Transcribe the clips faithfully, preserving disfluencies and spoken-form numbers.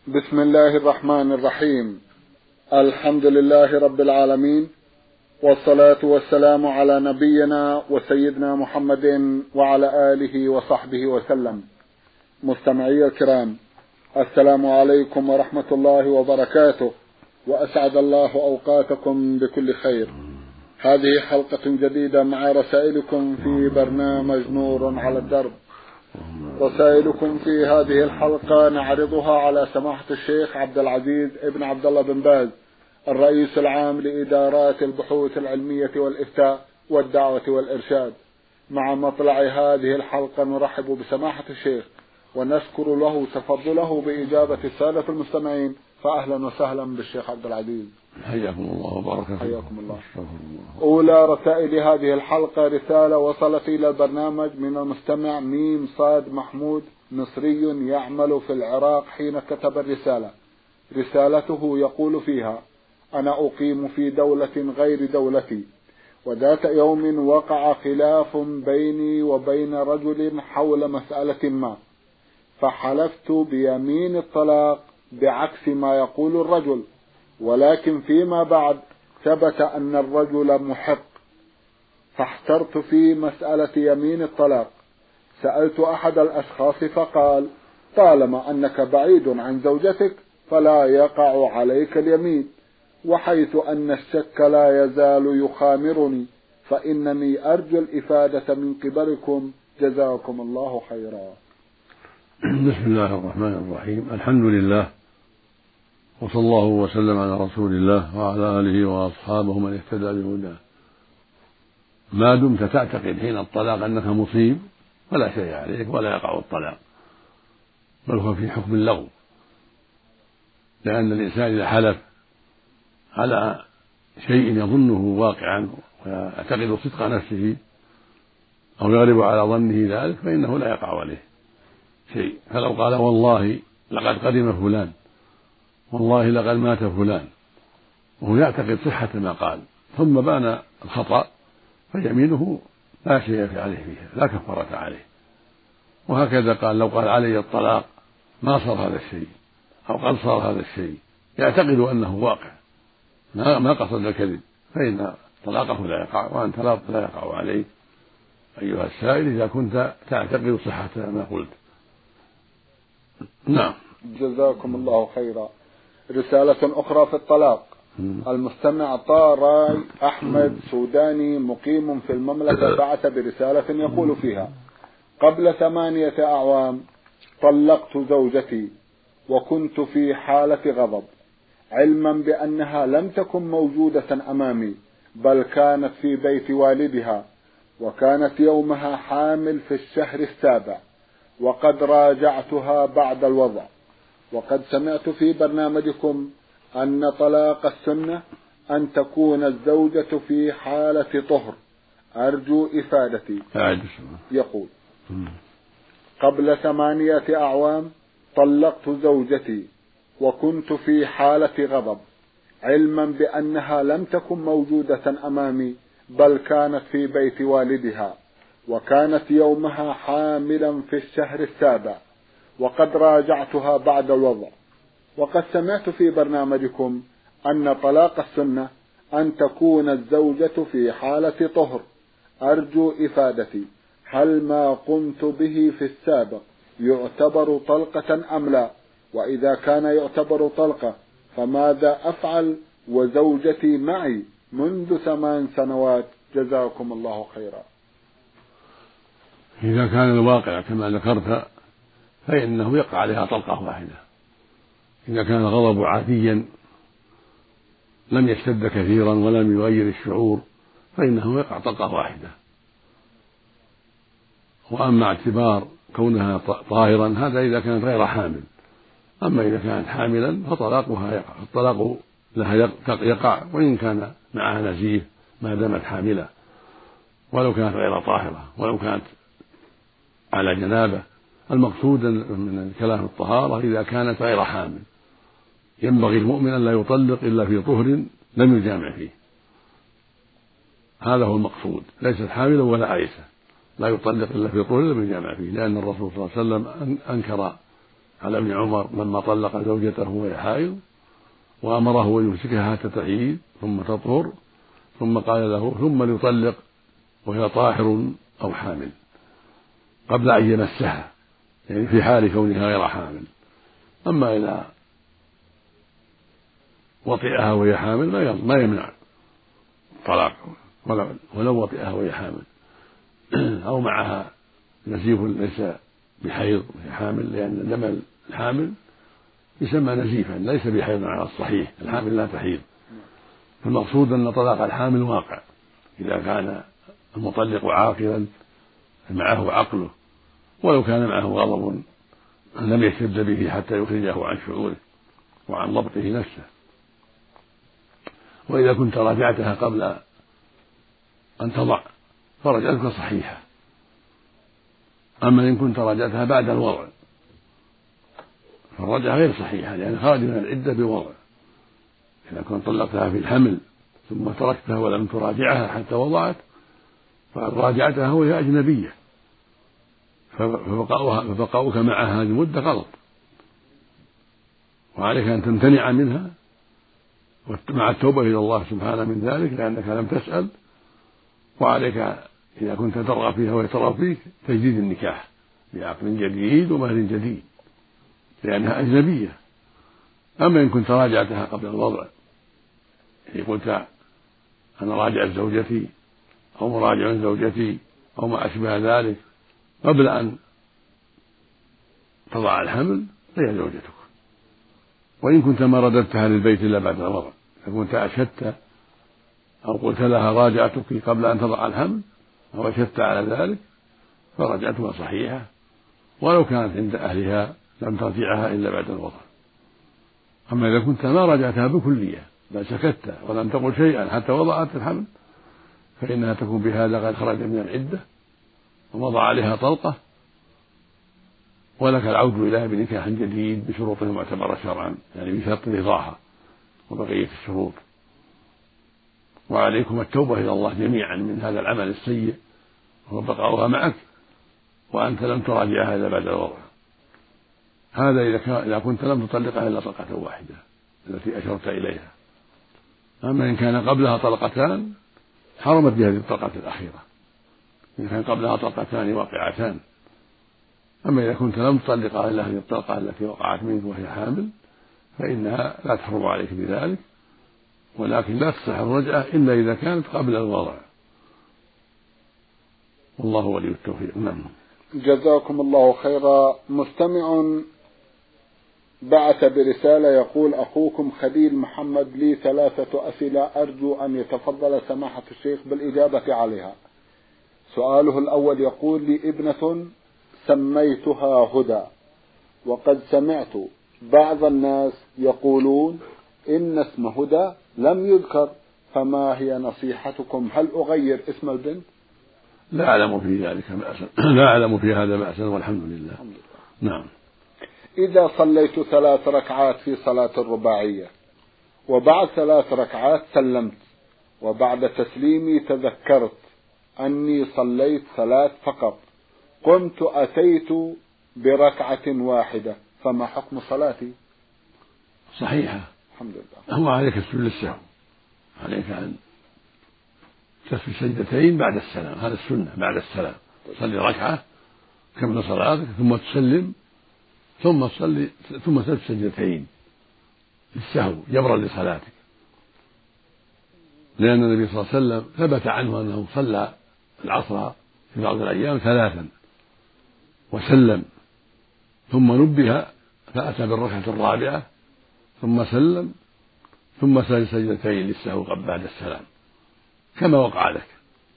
بسم الله الرحمن الرحيم. الحمد لله رب العالمين، والصلاة والسلام على نبينا وسيدنا محمد وعلى آله وصحبه وسلم. مستمعي الكرام، السلام عليكم ورحمة الله وبركاته، وأسعد الله أوقاتكم بكل خير. هذه حلقة جديدة مع رسائلكم في برنامج نور على الدرب. رسائلكم في هذه الحلقة نعرضها على سماحة الشيخ عبد العزيز ابن عبد الله بن باز، الرئيس العام لإدارات البحوث العلمية والإفتاء والدعوة والإرشاد. مع مطلع هذه الحلقة نرحب بسماحة الشيخ ونشكر له تفضله بإجابة السادة المستمعين، فأهلا وسهلا بالشيخ عبد العزيز. حياكم الله وبارك فيكم. حياكم الله. أولى رسائل هذه الحلقة رسالة وصلت إلى البرنامج من المستمع ميم صاد محمود مصري يعمل في العراق حين كتب الرسالة. رسالته يقول فيها: أنا أقيم في دولة غير دولتي، وذات يوم وقع خلاف بيني وبين رجل حول مسألة ما، فحلفت بيمين الطلاق بعكس ما يقول الرجل، ولكن فيما بعد ثبت أن الرجل محق، فاحترت في مسألة يمين الطلاق. سألت أحد الأشخاص فقال: طالما أنك بعيد عن زوجتك فلا يقع عليك اليمين، وحيث أن الشك لا يزال يخامرني فإنني أرجو الإفادة من قبلكم، جزاكم الله خيرا. بسم الله الرحمن الرحيم. الحمد لله، وصلى الله وسلم على رسول الله وعلى آله وأصحابه من اهتدى بهداه. ما دمت تعتقد حين الطلاق أنك مصيب فلا شيء عليك ولا يقع الطلاق، بل هو في حكم اللغو، لأن الإنسان إذا حلف على شيء يظنه واقعا ويعتقد صدق نفسه أو يغلب على ظنه ذلك فإنه لا يقع عليه شيء. فلو قال: والله لقد قدم فلان، والله لقد مات فلان، وهو يعتقد صحة ما قال، ثم بان الخطأ، فيمينه لا شيء عليه فيها، لا كفارة عليه. وهكذا قال: لو قال علي الطلاق ما صار هذا الشيء، أو قد صار هذا الشيء، يعتقد أنه واقع ما قصد الكذب، فإن طلاقه لا يقع، وأنت لا يقع عليك أيها السائل إذا كنت تعتقد صحة ما قلت. نعم. جزاكم الله خيرا. رسالة أخرى في الطلاق. المستمع طاراي أحمد سوداني مقيم في المملكة بعث برسالة يقول فيها: قبل ثمانية أعوام طلقت زوجتي، وكنت في حالة غضب، علما بأنها لم تكن موجودة أمامي، بل كانت في بيت والدها، وكانت يومها حامل في الشهر السابع، وقد راجعتها بعد الوضع. وقد سمعت في برنامجكم أن طلاق السنة أن تكون الزوجة في حالة طهر، أرجو إفادتي. يقول: قبل ثمانية أعوام طلقت زوجتي، وكنت في حالة غضب، علما بأنها لم تكن موجودة أمامي، بل كانت في بيت والدها، وكانت يومها حاملا في الشهر السابع، وقد راجعتها بعد الوضع. وقد سمعت في برنامجكم أن طلاق السنة أن تكون الزوجة في حالة طهر، أرجو إفادتي. هل ما قمت به في السابق يعتبر طلقة أم لا؟ وإذا كان يعتبر طلقة فماذا أفعل وزوجتي معي منذ ثمان سنوات، جزاكم الله خيرا. إذا كان الواقع كما ذكرت فإنه يقع عليها طلقة واحدة. إذا كان الغضب عاديا لم يشتد كثيرا ولم يغير الشعور فإنه يقع طلقة واحدة. وأما اعتبار كونها طاهرا هذا إذا كانت غير حامل، أما إذا كانت حاملا فطلاقها يقع، الطلاق لها يقع وإن كان معها نزيف ما دامت حاملة، ولو كانت غير طاهرة، ولو كانت على جنابة. المقصود من كلام الطهارة إذا كانت غير حامل. ينبغي المؤمن أن لا يطلق إلا في طهر لم يجامع فيه، هذا هو المقصود. ليست حاملا ولا عائسة، لا يطلق إلا في طهر لم يجامع فيه، لأن الرسول صلى الله عليه وسلم أنكر على ابن عمر لما طلق زوجته وهي حائض وأمره أن يمسكها حتى تحيض ثم تطهر، ثم قال له ثم ليطلق وهي طاهر أو حامل قبل أن يمسها، يعني في حال كونها غير حامل. أما إذا وطئها وهي حامل ما يمنع الطلاق ولو وطئها وهي حامل أو معها نزيف ليس بحيض وهي حامل، لأن دم الحامل يسمى نزيفا ليس بحيض على الصحيح، الحامل لا تحيض. فالمقصود أن طلاق الحامل واقع إذا كان المطلق عاقلا معه عقله، ولو كان معه غضب لم يشتد به حتى يخرجه عن شعوره وعن ضبطه نفسه. وإذا كنت راجعتها قبل أن تضع فرجعتك صحيحة. أما إن كنت راجعتها بعد الوضع فالرجعة غير صحيحة، لأن خرج من العدة بوضع. إذا كنت طلقتها في الحمل ثم تركتها ولم تراجعها حتى وضعت فقد راجعتها وهي أجنبية، فبقاؤك معها هذه المدة غلط، وعليك أن تمتنع منها مع التوبة إلى الله سبحانه من ذلك لأنك لم تسأل. وعليك إذا كنت ترغب فيها وهي ترغب فيك تجديد النكاح بعقد جديد ومهر جديد لأنها أجنبية. أما إن كنت راجعتها قبل الوضع، يعني قلت أنا راجع زوجتي أو مراجع زوجتي أو ما أشبه ذلك قبل أن تضع الحمل فهي زوجتك. وإن كنت ما رددتها للبيت إلا بعد الوضع، فكنت أشدت أو قلت لها راجعتك قبل أن تضع الحمل أو أشدت على ذلك فرجعتها صحيحة، ولو كانت عند أهلها لم ترجعها إلا بعد الوضع. أما إذا كنت ما راجعتها بكلية بل سكت ولم تقل شيئا حتى وضعت الحمل فإنها تكون بهذا قد خرج من العدة ووضع عليها طلقة، ولك العود إليها بنكاح جديد بشروط معتبرة شرعا، يعني بشرط رضاها وبقية الشروط. وعليكم التوبة إلى الله جميعا من هذا العمل السيء وهو بقاؤها معك وأنت لم تراجعها إلا بعد الوضع. هذا إذا كنت لم تطلقها إلا طلقة واحدة التي أشرت إليها. أما إن كان قبلها طلقتان حرمت بهذه الطلقة الأخيرة، إن كان قبلها طلقتان واقعتان. أما إذا كنت لم تطلقها إلا هذه الطلقة التي وقعت منك وهي حامل فإنها لا تحرم عليك بذلك، ولكن لا تصح الرجعة إلا إذا كانت قبل الوضع. والله ولي التوفيق. نعم. جزاكم الله خيرا. مستمع بعث برسالة يقول: أخوكم خليل محمد لي ثلاثة أسئلة أرجو أن يتفضل سماحة الشيخ بالإجابة عليها. سؤاله الأول يقول: لي ابنة سميتها هدى، وقد سمعت بعض الناس يقولون إن اسم هدى لم يذكر، فما هي نصيحتكم؟ هل أغير اسم البنت؟ لا أعلم في ذلك بأسا، لا أعلم في هذا بأسا والحمد لله. الحمد لله. نعم. إذا صليت ثلاث ركعات في صلاة الرباعية وبعد ثلاث ركعات سلمت وبعد تسليمي تذكرت أني صليت ثلاث فقط، قمت أتيت بركعة واحدة، فما حكم صلاتي؟ صحيحة الحمد لله. هو عليك السجود للسهو، عليك أن تسجد سجدتين بعد السلام، هذا السنة بعد السلام. صلي ركعة كمل صلاتك ثم تسلم ثم تصلي ثم تسجد سجدتين للسهو جبرا لصلاتك، لأن النبي صلى الله عليه وسلم ثبت عنه أنه صلى العصر في بعض الأيام ثلاثا وسلم ثم نبه فأتى بالركعة الرابعة ثم سلم ثم سجد سجدتين للسهو بعد السلام كما وقع لك.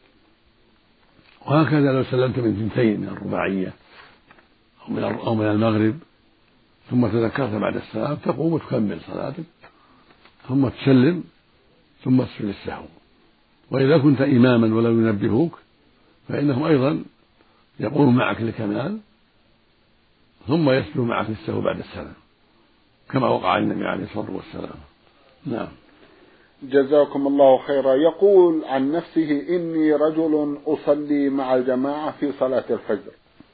وهكذا لو سلمت من ثنتين من الرباعية أو من المغرب ثم تذكرت بعد السلام تقوم وتكمل صلاتك ثم تسلم ثم تسجد للسهو. وإذا كنت إماما ولم ينبهوك فإنهم أيضا يقومون معك للكمال ثم يسجدوا معك للسهو بعد السلام كما وقع النبي عليه الصلاة والسلام. نعم. جزاكم الله خيرا. يقول عن نفسه: إني رجل أصلي مع الجماعة في صلاة الفجر،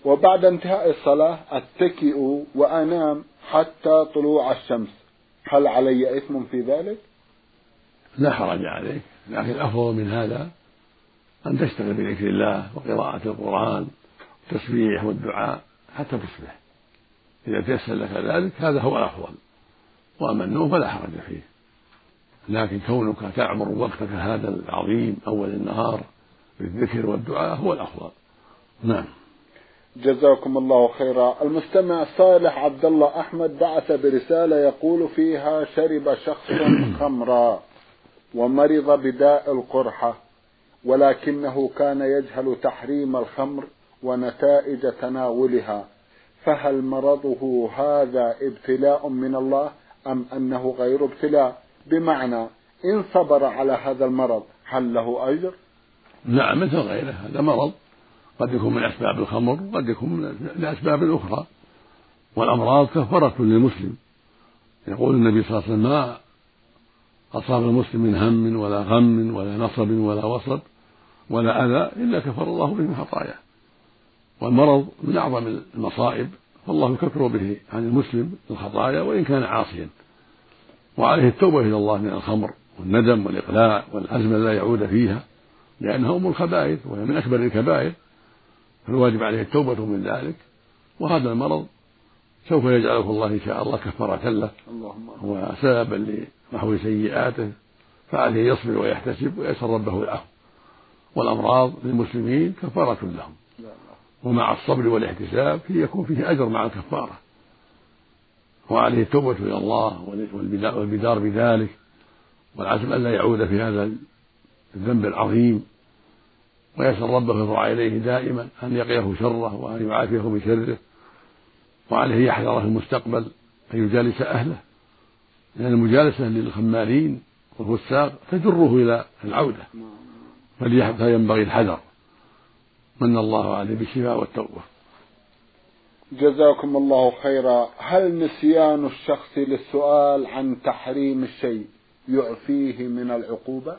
وبعد انتهاء الصلاة أتكئ وأنام حتى طلوع الشمس، هل علي إثم في ذلك؟ لا حرج عليك، لكن الأفضل من هذا أن تشتغل بذكر الله وقراءة القرآن والتسبيح والدعاء حتى تصبح، إذا تيسر لك ذلك هذا هو الأفضل، وأما النوم فلا حرج فيه، لكن كونك تعمر وقتك هذا العظيم أول النهار بالذكر والدعاء هو الأفضل. نعم. جزاكم الله خيرا. المستمع صالح عبد الله أحمد بعث برسالة يقول فيها: شرب شخص خمرا ومرض بداء القرحة، ولكنه كان يجهل تحريم الخمر ونتائج تناولها، فهل مرضه هذا ابتلاء من الله أم أنه غير ابتلاء؟ بمعنى إن صبر على هذا المرض هل له أجر؟ نعم، مثل غيره، هذا مرض قد يكون من أسباب الخمر وقد يكون من الأسباب الأخرى، والأمراض كفارة للمسلم. يقول النبي صلى الله عليه وسلم: ما أصاب المسلم من هم ولا غم ولا نصب ولا وصب ولا أذى إلا كفر الله به من خطاياه. والمرض من أعظم المصائب، فالله يكفر به عن المسلم الخطايا وإن كان عاصيا، وعليه التوبة إلى الله من الخمر والندم والإقلاع والعزم لا يعود فيها، لأنها أم الخبائث وهي من أكبر الكبائر، فالواجب عليه التوبة من ذلك. وهذا المرض سوف يجعله الله إن شاء الله كفارة له وسببا لمحو سيئاته، فعليه يصبر ويحتسب ويسأل ربه العفو. والأمراض للمسلمين كفارة لهم، ومع الصبر والاحتساب يكون فيه أجر مع الكفارة، وعليه التوبة إلى الله والبدار بذلك والعزم أن لا يعود في هذا الذنب العظيم، ويسأل ربه يضرع إليه دائما أن يقيه شره وأن يعافيه من شره. وعليه يحذر في المستقبل أن يجالس أهله، لأن المجالسة للخمارين والفساق تجره إلى العودة، فينبغي الحذر. من الله عليه بالشفاء والتوبة. جزاكم الله خيرا. هل نسيان الشخص للسؤال عن تحريم الشيء يعفيه من العقوبة؟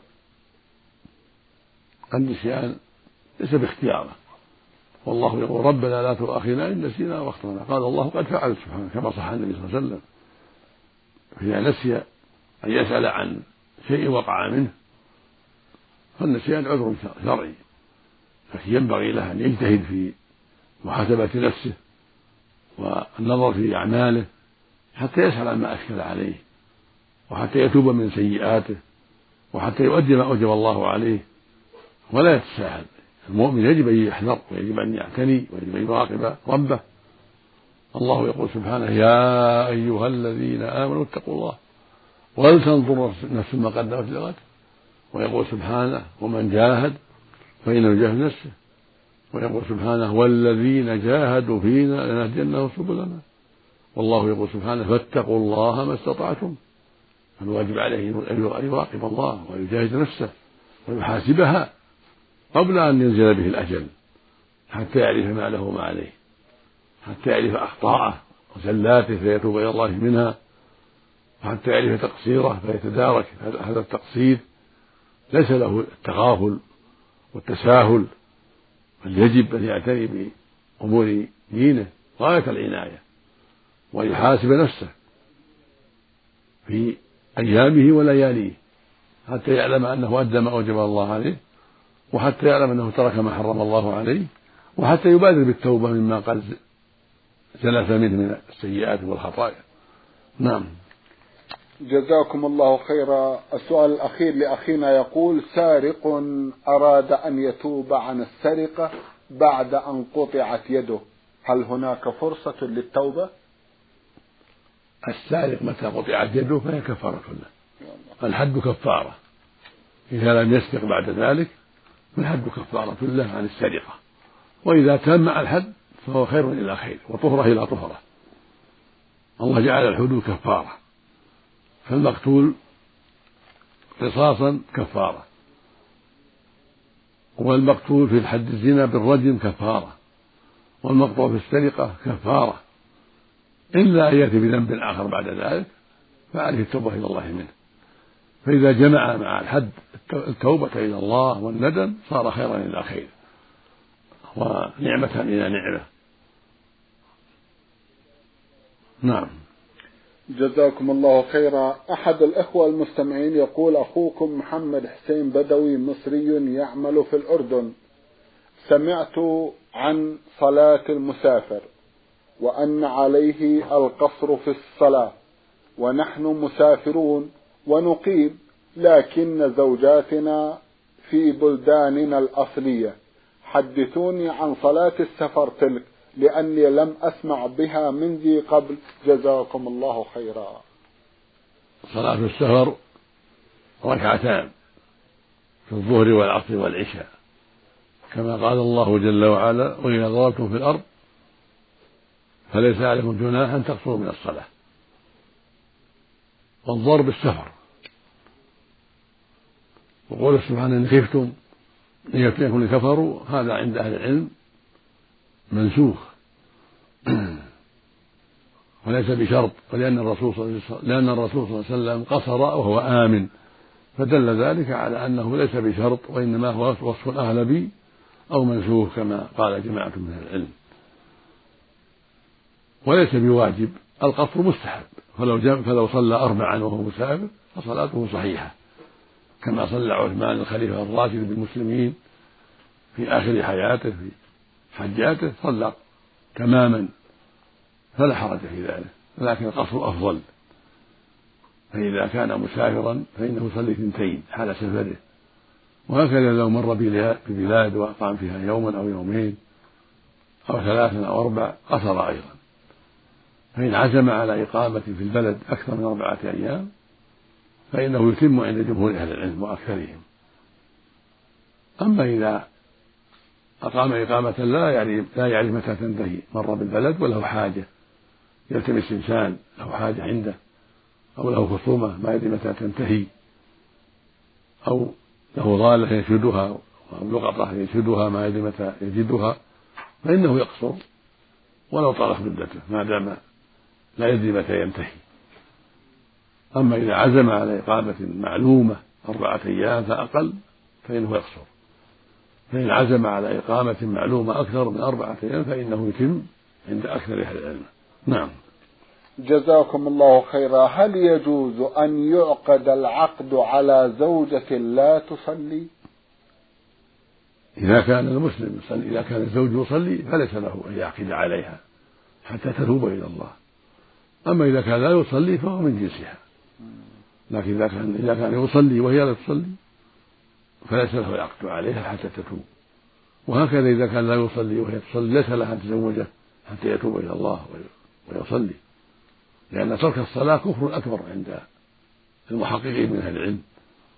النسيان ليس باختياره، والله يقول: ربنا لا تؤاخذنا إن نسينا واخطأنا. قال الله: قد فعلت سبحانه، كما صح النبي صلى الله عليه وسلم. فإذا نسي أن يسأل عن شيء وقع منه فالنسيان عذر شرعي، لكن ينبغي له أن يجتهد في محاسبة نفسه والنظر في أعماله حتى يسأل عما أشكل عليه، وحتى يتوب من سيئاته، وحتى يؤدي ما أوجب الله عليه ولا يتساهل. المؤمن يجب أن يحذر ويجب أن يعتني ويجب أن يراقب ربه. الله يقول سبحانه: يا أيها الذين آمنوا اتقوا الله ولتنظر نفس ما قدمت لغد. ويقول سبحانه: ومن جاهد فإنه يجاهد نفسه. ويقول سبحانه: والذين جاهدوا فينا لنهدينهم سبلنا. والله يقول سبحانه: فاتقوا الله ما استطعتم. فالواجب عليه أن يراقب الله ويجاهد نفسه ويحاسبها قبل أن ينزل به الأجل، حتى يعرف ما له وما عليه، حتى يعرف أخطاءه وزلاته فيتوب إلى الله منها، وحتى يعرف تقصيره فيتدارك هذا التقصير. ليس له التغافل والتساهل، بل يجب أن يعتني بأمور دينه غاية العناية، ويحاسب نفسه في أيامه ولياليه حتى يعلم أنه أدى ما أوجب الله عليه، وحتى يعلم أنه ترك ما حرم الله عليه، وحتى يبادر بالتوبة مما قد سلف منه من السيئات والخطايا. نعم. جزاكم الله خيرا. السؤال الأخير لأخينا يقول: سارق أراد أن يتوب عن السرقة بعد أن قطعت يده، هل هناك فرصة للتوبة؟ السارق متى قطعت يده فهي كفارة له، الحد كفارة، إذا لم يسرق بعد ذلك فالحد كفارة له عن السرقة، وإذا كان مع الحد فهو خير إلى خير وطهرة إلى طهرة. الله جعل الحدود كفارة، فالمقتول قصاصا كفارة، والمقتول في الحد الزنا بالرجم كفارة، والمقطوع في السرقة كفارة، إلا أن يأتي بذنب آخر بعد ذلك فعليه التوبة إلى الله منه. فإذا جمع مع الحد التوبة إلى الله والندم صار خيرا إلى خير ونعمة إلى نعمة، نعم. جزاكم الله خيرا. أحد الأخوة المستمعين يقول: أخوكم محمد حسين بدوي مصري يعمل في الأردن، سمعت عن صلاة المسافر وأن عليه القصر في الصلاة، ونحن مسافرون ونقيم، لكن زوجاتنا في بلداننا الأصلية. حدثوني عن صلاة السفر تلك لأني لم أسمع بها من ذي قبل، جزاكم الله خيرا. صلاة السفر ركعتان في الظهر والعصر والعشاء، كما قال الله جل وعلا: وإذا ضربتم في الأرض فليس عليكم جناح أن تقصروا من الصلاة. والضرب السفر، وقوله سبحانه: إن خفتم أن يفتنكم الذين كفروا، هذا عند أهل العلم منسوخ وليس بشرط، ولأن الرسول صلى الله عليه وسلم لأن الرسول صلى الله عليه وسلم قصر وهو آمن، فدل ذلك على أنه ليس بشرط، وإنما هو وصف أغلبي أو منسوخ كما قال جماعة من العلم، وليس بواجب. القصر مستحب، فلو جم فلو صلى أربعا وهو مسافر فصلاته صحيحة، كما صلى عثمان الخليفة الراشد بالمسلمين في آخر حياته في حجاته، صلى تماما فلا حرج في ذلك، لكن القصر أفضل. فإذا كان مسافرا فإنه يصلي اثنتين حال سفره، وهكذا لو مر ببلاد وأقام فيها يوما أو يومين أو ثلاثا أو أربع قصر أيضا. فإن عزم على إقامة في البلد أكثر من أربعة أيام فإنه يتم عند جمهور أهل العلم وأكثرهم. أما إذا أقام إقامة لا يعرف لا يعرف متى تنتهي، مر بالبلد وله حاجة يلتمس إنسان له حاجة عنده، أو له خصومة ما يدري متى تنتهي، أو له ضالة ينشدها أو لقطة ينشدها ما يدري متى يجدها، فإنه يقصر ولو طالت مدته ما دام لا يدري متى ينتهي. أما إذا عزم على إقامة معلومة أربعة أيام فأقل فإنه يقصر، فإن عزم على إقامة معلومة أكثر من أربعة أيام فإنه يتم عند أكثر أهل العلم. نعم. جزاكم الله خيرا. هل يجوز أن يعقد العقد على زوجة لا تصلي؟ إذا كان المسلم يصلي، إذا كان الزوج يصلي فليس له أن يعقد عليها حتى تتوب إلى الله. أما إذا كان لا يصلي فهو من جنسها، لكن إذا كان إذا كان يصلي وهي لا تصلي فليس له العقد عليها حتى تتوب. وهكذا إذا كان لا يصلي وهي تصلي ليس لها أن تزوجه حتى يتوب إلى الله ويصلي، لأن ترك الصلاة كفر أكبر عند المحققين من أهل العلم،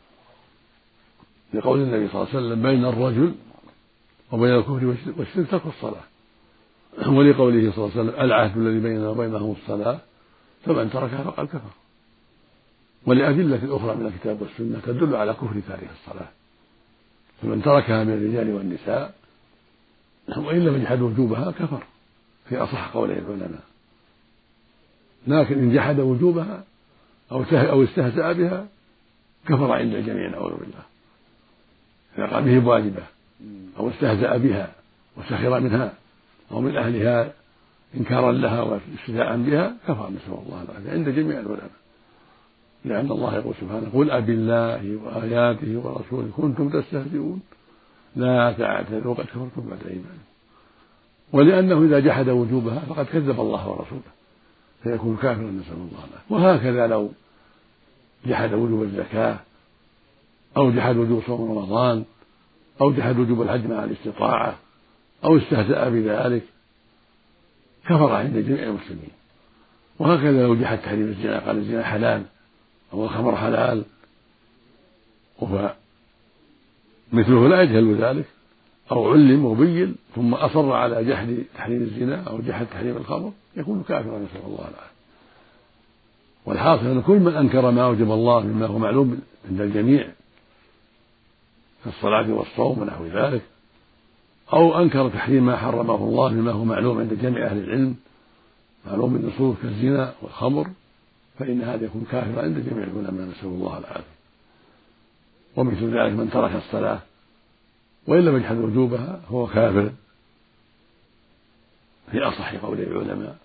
لقول النبي صلى الله عليه وسلم: بين الرجل وبين الكفر والشرك ترك الصلاة، ولقوله صلى الله عليه وسلم: العهد الذي بيننا وبينهم الصلاة فمن تركها فقد كفر. ولأدلة أخرى من الكتاب والسنة تدل على كفر تارك الصلاة، فمن تركها من الرجال والنساء وإن لم يجحد وجوبها كفر في أصح قولي العلماء، لكن إن جحد وجوبها أو استهزأ بها كفر عند الجميع نعوذ بالله، إذا قام به بواجبة أو استهزأ بها وسخر منها أو من أهلها إنكارا لها واستهزاء بها كفر، نسأل الله العافية عند جميع العلماء، لأن الله يقول سبحانه: قل أبي الله وآياته ورسوله كنتم تستهزئون لا تعتذروا قد كفرتم بعد إيمانكم. ولأنه إذا جحد وجوبها فقد كذب الله ورسوله فيكون كافرا، نسأل الله العافية. وهكذا لو جحد وجوب الزكاة أو جحد وجوب صوم رمضان أو جحد وجوب الحج مع الاستطاعة أو استهزأ بذلك كفر عند جميع المسلمين. وهكذا لو جحد تحريم الزنا قال الزنا حلال أو الخمر حلال وهو مثله لا يجهل ذلك أو علم وبين ثم أصر على جحد تحريم الزنا أو جحد تحريم الخمر يكون كافرا، نسأل الله العافية. والحاصل أن كل من أنكر ما أوجب الله مما هو معلوم عند الجميع كالصلاة والصوم ونحو ذلك، أو أنكر تحريم ما حرمه الله مما هو معلوم عند جميع أهل العلم معلوم بالنصوص كالزنا والخمر، فإن هذا يكون كافرا عند جميع العلماء، نسأل الله العافية. ومثل ذلك من ترك الصلاة وإن لم يجحد وجوبها هو كافر في أصح قول العلماء،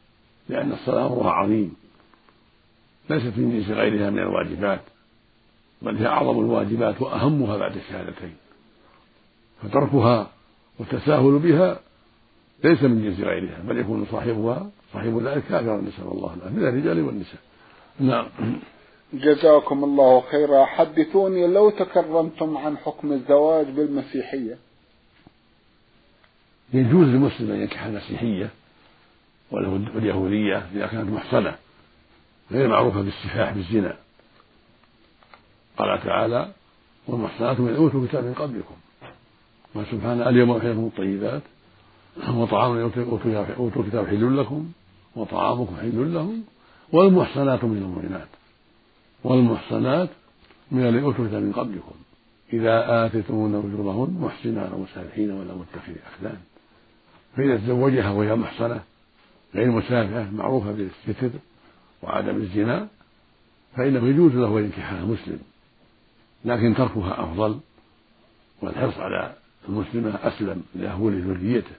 لأن الصلاة أمرها عظيم، ليست من جنس غيرها من الواجبات، بل هي أعظم الواجبات وأهمها بعد الشهادتين، فتركها والتساهل بها ليس من جنس غيرها، بل يكون صاحبها صاحب ذلك كافرا، نسأل الله العافية، من الرجال والنساء. نعم. جزاكم الله خيرا. حدثوني لو تكرمتم عن حكم الزواج بالمسيحية. يجوز للمسلم أن ينكح المسيحية واليهودية إذا كانت محصنة غير معروفة بالسفاح بالزنا. قال تعالى: والمحصنات من أوتوا الكتاب من قبلكم. وسبحانه: اليوم أحل لكم الطيبات وطعام أوتوا الكتاب حل لكم وطعامكم حل لهم والمحصنات من المؤمنات والمحصنات من الذين أوتوا الكتاب من قبلكم إذا آتيتمون أجورهن محسنين غير مسافحين ولا متخذي أخدان. فإذا تزوجها وهي محصنة غير مسافحة معروفة بالستر وعدم الزنا فإنه يجوز له أن ينكحها مسلم، لكن تركها أفضل، والحرص على المسلمة أسلم لأهول ذريته،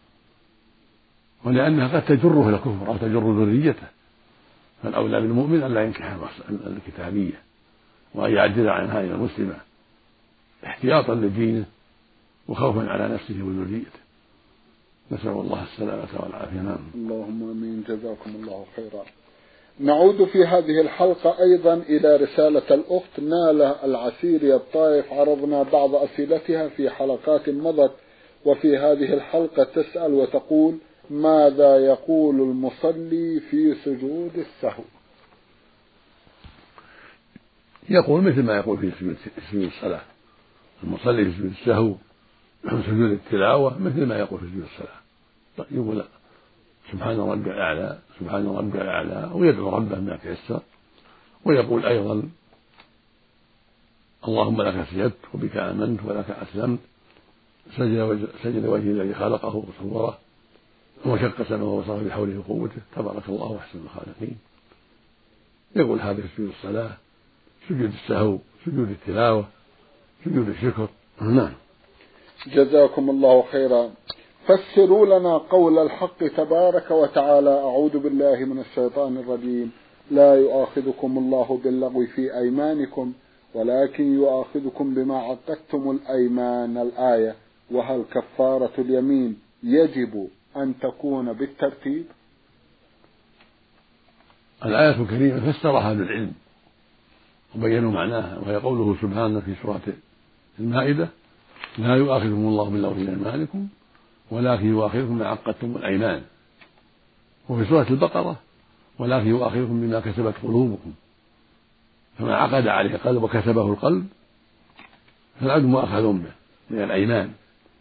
ولأنها قد تجره إلى الكفر أو تجر ذريته، فالأولى بالمؤمن أن لا ينكح الكتابية وأن يعدل عنها إلى المسلمة احتياطا لدينه وخوفا على نفسه وذريته. نسأل الله السلامة والعافية. نعم. اللهم آمين. جزاكم الله خيرا. نعود في هذه الحلقة أيضا إلى رسالة الأخت نالة العسيري الطائف، عرضنا بعض أسئلتها في حلقات مضت، وفي هذه الحلقة تسأل وتقول: ماذا يقول المصلي في سجود السهو؟ يقول مثل ما يقول في سجود الصلاة. المصلي في سجود السهو سجود التلاوة مثل ما يقول في سجود الصلاة، يقول سبحان ربي الأعلى سبحان ربي الأعلى ويدعو ربه ما تيسر، ويقول أيضا: اللهم لك سجدت وبك آمنت ولك أسلمت، سجد وجهي الذي خلقه وصوره وشق سمعه وبصره بحوله وقوته، تبارك الله أحسن الخالقين. يقول هذا سجود الصلاة، سجود السهو، سجود التلاوة، سجود الشكر. نعم. جزاكم الله خيرا. فسروا لنا قول الحق تبارك وتعالى: أعوذ بالله من الشيطان الرجيم، لا يؤاخذكم الله باللغو في أيمانكم ولكن يؤاخذكم بما عقدتم الأيمان، الآية. وهل كفارة اليمين يجب أن تكون بالترتيب؟ الآية الكريمة فسرها أهل العلم وبينوا معناها، وهي قوله سبحانه في سورة المائدة: لا يؤاخذكم الله باللغو في أيمانكم ولكن يؤاخذكم بما عقدتم الأيمان. وفي سورة البقرة: ولكن يؤاخذكم بما كسبت قلوبكم، فما عقد عليه قلب وكسبه القلب فالعبد مؤاخذ به من الأيمان.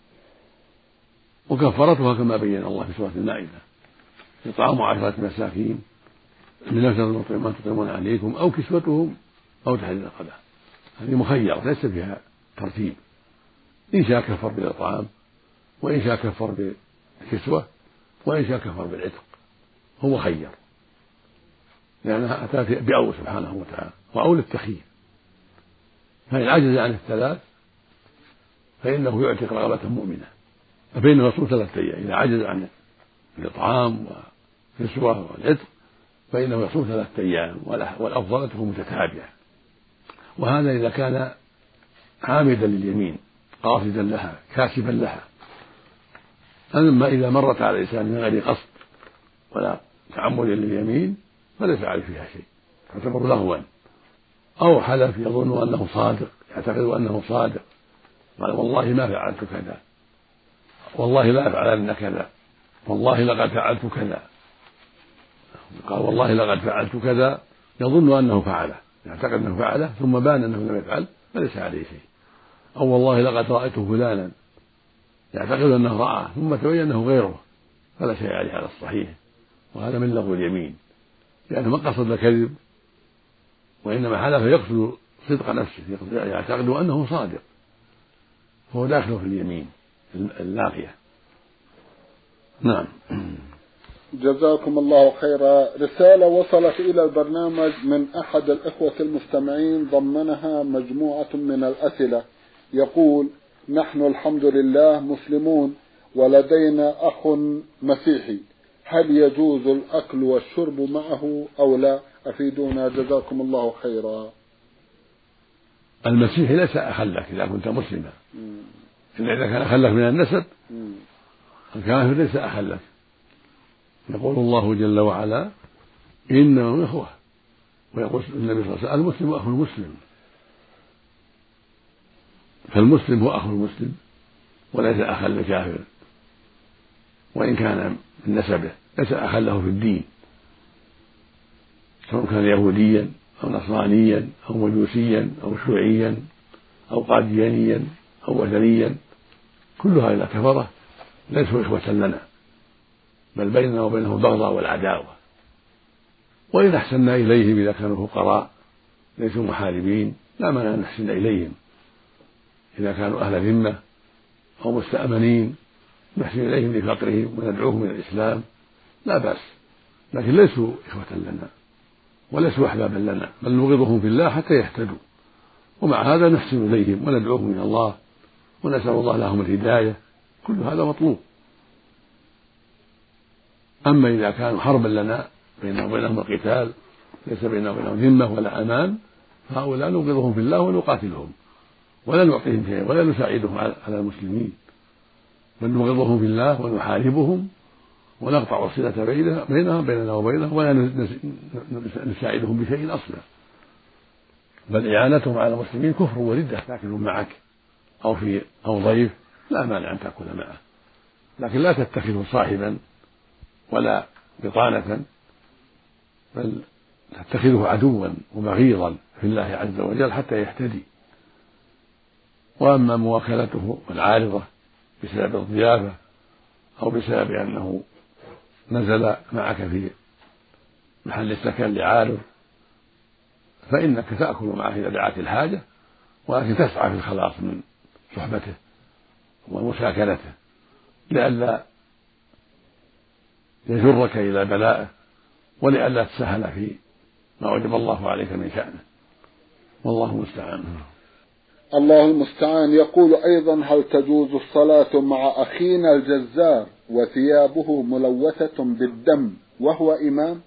وكفارتها كما بين الله في سورة المائدة: إطعام عشرة مساكين من أوسط ما تطعمون عليكم أو كسوتهم أو تحرير رقبة. هذه مخيرة ليس فيها ترتيب، إن شاء كفر بالإطعام وإن شاء كفر بالكسوة وإن شاء كفر بالعتق، هو خير لأنها أتت بأول سبحانه وتعالى وأول التخيير. فإن عجز عن الثلاث فإنه يعتق رغبة مؤمنة، فإنه يصوم ثلاثة أيام. إذا عجز عن الإطعام والكسوة والعتق فإنه يصوم ثلاثة أيام، والأفضل تكون متتابعة. وهذا إذا كان عامدا لليمين قاصدا لها كاسبا لها. أما إذا مرت على الإنسان من غير قصد ولا تعمد لليمين فليس عليه فيها شيء، تعتبر لغوا. أو حلف يظن أنه صادق، يعتقد أنه صادق، قال والله ما فعلت كذا، والله لا أفعلن كذا، والله لقد فعلت كذا، قال والله لقد فعلت كذا، يظن أنه فعله، يعتقد أنه فعله ثم بان أنه لم يفعل فليس عليه شيء. أو والله لقد رأيت فلانا، يعتقد أنه رآه ثم تبين أنه غيره فلا شيء عليه على الصحيح. وهذا من لغو اليمين، لأنه ما قصد الكذب وإنما حلف يقصد صدق نفسه، يعتقد أنه صادق، فهو داخل في اليمين اللاغية. نعم. جزاكم الله خيرا. رسالة وصلت إلى البرنامج من أحد الإخوة المستمعين ضمنها مجموعة من الأسئلة، يقول: نحن الحمد لله مسلمون ولدينا أخ مسيحي، هل يجوز الأكل والشرب معه أو لا؟ أفيدونا جزاكم الله خيرا. المسيح ليس أخل لك إذا كنت مسلما، إلا إذا كان أخل لك من النسب. الكافر ليس أخل لك. يقول الله جل وعلا إنهم إخوة، ويقول النبي صلى الله عليه وسلم المسلم أخو المسلم، فالمسلم هو أخو المسلم وليس أخا للكافر، وإن كان من نسبه ليس أخا له في الدين، سواء كان يهوديا أو نصرانيا أو مجوسيا أو شيوعيا أو قاديانيا أو وثنيا، كل هؤلاء كفرة ليسوا إخوة لنا، بل بيننا وبينهم البغضاء والعداوة. وإن أحسنا إليهم إذا كانوا فقراء ليسوا محاربين لا مانع أن نحسن إليهم، إذا كانوا أهل ذمة أو مستأمنين نحسن إليهم لفقرهم وندعوهم إلى الإسلام لا بأس، لكن ليسوا إخوة لنا وليسوا أحبابا لنا، بل نبغضهم في الله حتى يهتدوا، ومع هذا نحسن إليهم وندعوهم إلى الله ونسأل الله لهم الهداية، كل هذا مطلوب. أما إذا كانوا حربا لنا بيننا وبينهم القتال ليس بيننا وبينهم ذمة ولا أمان، فهؤلاء نبغضهم في الله ونقاتلهم ولا نعطيهم شيئا ولا نساعدهم على المسلمين، بل نبغضهم في الله ونحاربهم ونقطع الصلة بينهم بيننا وبينهم ولا نساعدهم بشيء أصلا، بل إعانتهم على المسلمين كفر وردة. تأكلون معك أو في أو ضيف لا مانع أن تأكل معه، لكن لا تتخذه صاحبا ولا بطانة، بل تتخذه عدوا وبغيضا في الله عز وجل حتى يهتدي. وأما مواكلته العارضة بسبب الضيافة أو بسبب أنه نزل معك في محل السكن لعارض فإنك تأكل معه إذا دعت الحاجة، ولكن تسعى في الخلاص من صحبته ومساكنته لئلا يجرك إلى بلائه ولئلا تسهل في ما وجب الله عليك من شأنه، والله المستعان. الله المستعان. يقول أيضا هل تجوز الصلاة مع أخينا الجزار وثيابه ملوثة بالدم وهو إمام؟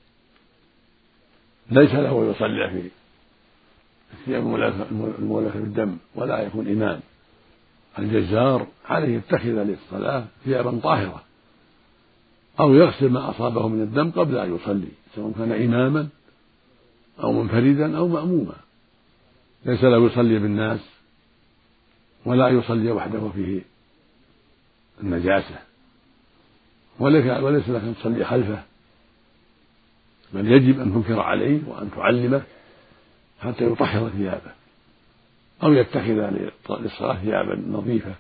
ليس له يصلي في الثياب الملوثة بالدم ولا يكون إمام. الجزار عليه يتخذ للصلاة ثيابا طاهرة أو يغسل ما أصابه من الدم قبل أن يصلي، سواء كان إماما أو منفردا أو مأموما. ليس له يصلي بالناس ولا يصلي وحده فيه النجاسة، وليس لك أن تصلي خلفه، بل يجب أن تنكر عليه وأن تعلمه حتى يطهر ثيابه أو يتخذ للصلاة ثيابا نظيفة.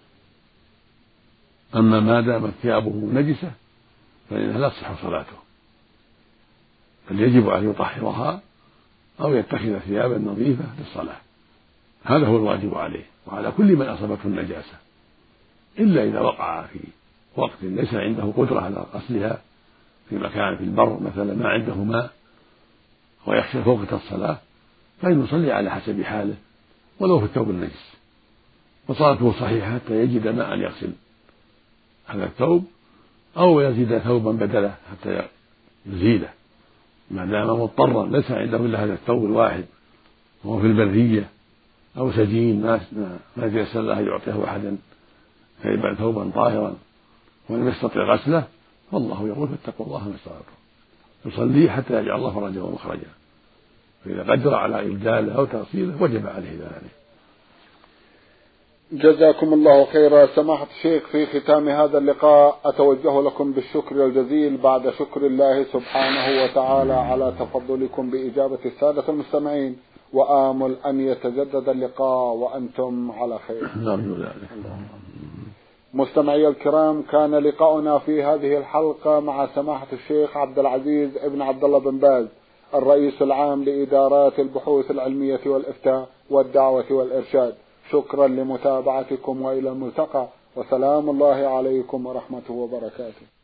أما ما دامت ثيابه نجسة فإنها لا تصح صلاته، بل يجب أن يطهرها أو يتخذ ثيابا نظيفة للصلاة، هذا هو الواجب عليه وعلى كل من أصابته النجاسة، إلا إذا وقع في وقت ليس عنده قدرة على غسلها في مكان في البر مثلا ما عنده ماء ويخشى فوقة الصلاة فإنه يصلي على حسب حاله ولو في الثوب النجس، وصلاته صحيحة حتى يجد ماء يغسل هذا الثوب أو يزيد ثوبا بدله حتى يزيله، ما دام مضطرا ليس عنده إلا هذا الثوب الواحد وهو في البرية أو سجين ما ما يتيسر له يعطيه أحدا فيبقى ثوبا طاهرا ولم يستطع غسله، فالله يقول فاتقوا الله ما استطعتم، يصلي حتى يجعل الله فرجه ومخرجه، فإذا قدر على إبداله أو تغسيله وجب عليه ذلك. جزاكم الله خيرا. سماحة الشيخ، في ختام هذا اللقاء أتوجه لكم بالشكر الجزيل بعد شكر الله سبحانه وتعالى على تفضلكم بإجابة السادة المستمعين، وآمل أن يتجدد اللقاء وأنتم على خير. مستمعي الكرام، كان لقاؤنا في هذه الحلقة مع سماحة الشيخ عبد العزيز ابن عبد الله بن باز الرئيس العام لإدارات البحوث العلمية والإفتاء والدعوة والإرشاد. شكرا لمتابعتكم وإلى الملتقى، وسلام الله عليكم ورحمته وبركاته.